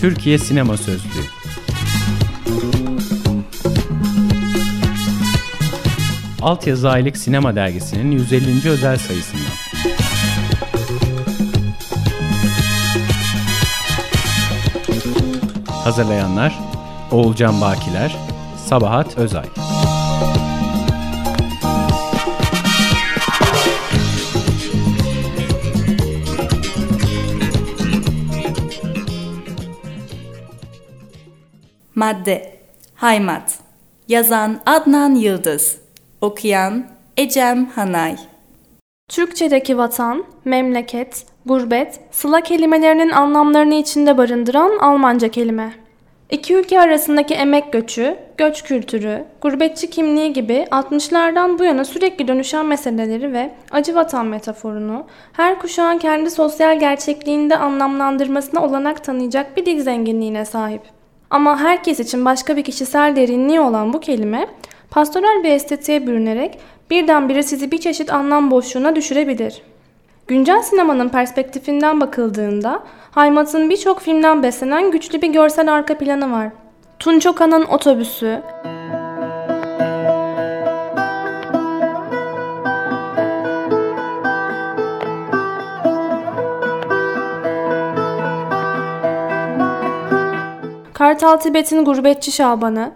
Türkiye Sinema Sözlüğü. Altyazı Aylık Sinema Dergisi'nin 150. özel sayısından. Hazırlayanlar Oğulcan Bakiler, Sabahat Özay. Madde Haymat. Yazan Adnan Yıldız. Okuyan Ecem Hanay. Türkçedeki vatan, memleket, gurbet, sıla kelimelerinin anlamlarını içinde barındıran Almanca kelime. İki ülke arasındaki emek göçü, göç kültürü, gurbetçi kimliği gibi 60'lardan bu yana sürekli dönüşen meseleleri ve acı vatan metaforunu her kuşağın kendi sosyal gerçekliğinde anlamlandırmasına olanak tanıyacak bir dil zenginliğine sahip. Ama herkes için başka bir kişisel derinliği olan bu kelime, pastoral bir estetiğe bürünerek birdenbire sizi bir çeşit anlam boşluğuna düşürebilir. Güncel sinemanın perspektifinden bakıldığında, Haymat'ın birçok filmden beslenen güçlü bir görsel arka planı var. Tunç Okan'ın Otobüsü, Kartal Tibet'in Gurbetçi Şabanı,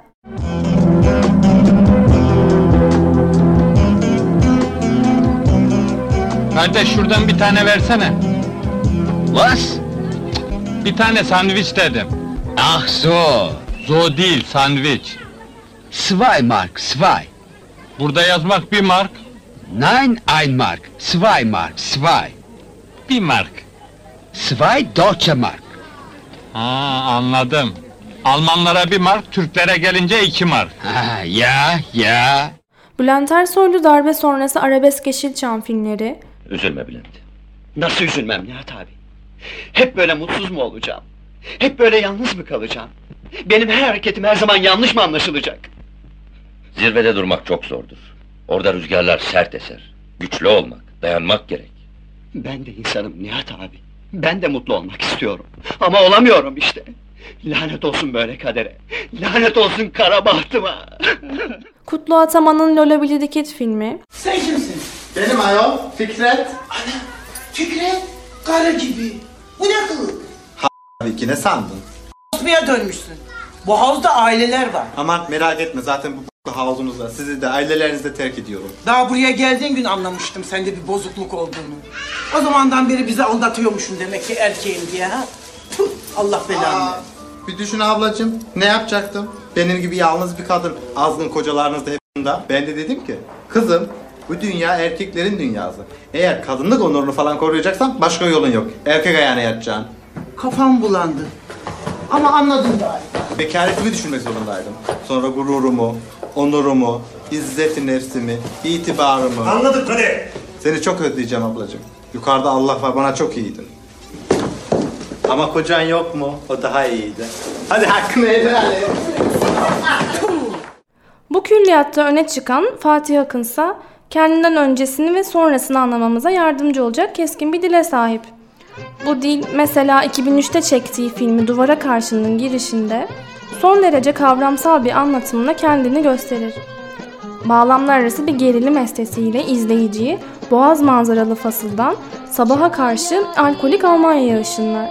Kardeş şuradan bir tane versene. Was? Bir tane sandviç dedim. Ach so. Zo değil, sandviç. 2 Mark, 2. Burada yazmak 1 mark, Nein, 1 Mark. 2 Mark, 2. 1 mark. 2 Deutsche Mark. Ha, anladım. Almanlara 1 mark, Türklere gelince 2 mark. Ha, ya. Bülent Ersoylu darbe sonrası arabesk Yeşilçam filmleri, Üzülme Bülent. Nasıl üzülmem Nihat abi? Hep böyle mutsuz mu olacağım? Hep böyle yalnız mı kalacağım? Benim her hareketim her zaman yanlış mı anlaşılacak? Zirvede durmak çok zordur. Orada rüzgarlar sert eser. Güçlü olmak, dayanmak gerek. Ben de insanım Nihat abi. Ben de mutlu olmak istiyorum. Ama olamıyorum işte. Lanet olsun böyle kadere. Lanet olsun kara bahtıma. Kutlu Ataman'ın Lola Billy Kid filmi, Sen kimsin? Benim ayol, Fikret. Ana, Fikret, karı gibi. Bu ne kılık? Tabii ki ne sandın? Osma'ya dönmüşsün. Bu havuzda aileler var. Aman merak etme, zaten bu havuzunuzda. Sizi de ailelerinizle terk ediyorum. Daha buraya geldiğin gün anlamıştım sende bir bozukluk olduğunu. O zamandan beri bize aldatıyormuşsun demek ki erkeğim diye ha. Tüh, Allah belanı versin. Bir düşün ablacığım, ne yapacaktım? Benim gibi yalnız bir kadın, azgın kocalarınız da hep bunda. Ben de dedim ki, kızım bu dünya erkeklerin dünyası. Eğer kadınlık onurunu falan koruyacaksan başka yolun yok. Erkek ayağına yatacaksın. Kafam bulandı. Ama anladım galiba. Bekaretimi düşünmek zorundaydım. Sonra gururumu, onurumu, izzet-i nefsimi, itibarımı... Anladık hadi. Seni çok özleyeceğim ablacığım. Yukarıda Allah var, bana çok iyiydin. Ama kocan yok mu? O daha iyiydi. Hadi hakkını helal et. Bu külliyatta öne çıkan Fatih Akınsa, kendinden öncesini ve sonrasını anlamamıza yardımcı olacak keskin bir dile sahip. Bu dil mesela 2003'te çektiği filmi Duvara Karşı'nın girişinde son derece kavramsal bir anlatımla kendini gösterir. Bağlamlar arası bir gerilim estetiğiyle izleyiciyi boğaz manzaralı fasıldan sabaha karşı alkolik Almanya'ya ışınlar.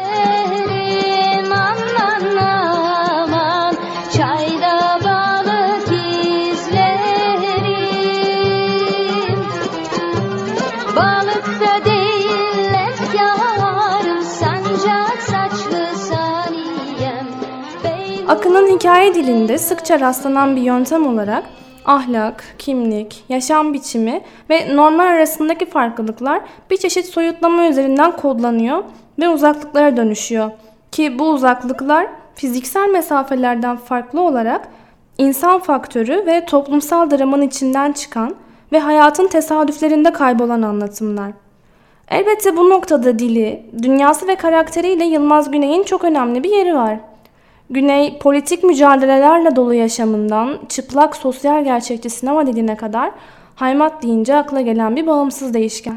Akın'ın hikaye dilinde sıkça rastlanan bir yöntem olarak ahlak, kimlik, yaşam biçimi ve normlar arasındaki farklılıklar bir çeşit soyutlama üzerinden kodlanıyor ve uzaklıklara dönüşüyor. Ki bu uzaklıklar fiziksel mesafelerden farklı olarak insan faktörü ve toplumsal dramın içinden çıkan ve hayatın tesadüflerinde kaybolan anlatımlar. Elbette bu noktada dili, dünyası ve karakteriyle Yılmaz Güney'in çok önemli bir yeri var. Güney, politik mücadelelerle dolu yaşamından çıplak sosyal gerçekçi sinema diline kadar Haymat deyince akla gelen bir bağımsız değişken.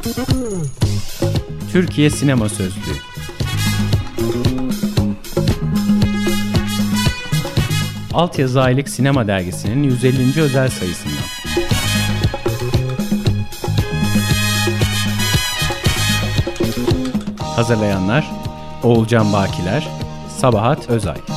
Türkiye Sinema Sözlüğü. Altyazı Aylık Sinema Dergisi'nin 150. özel sayısından. Hazırlayanlar Oğulcan Bakiler, Sabahat Özay.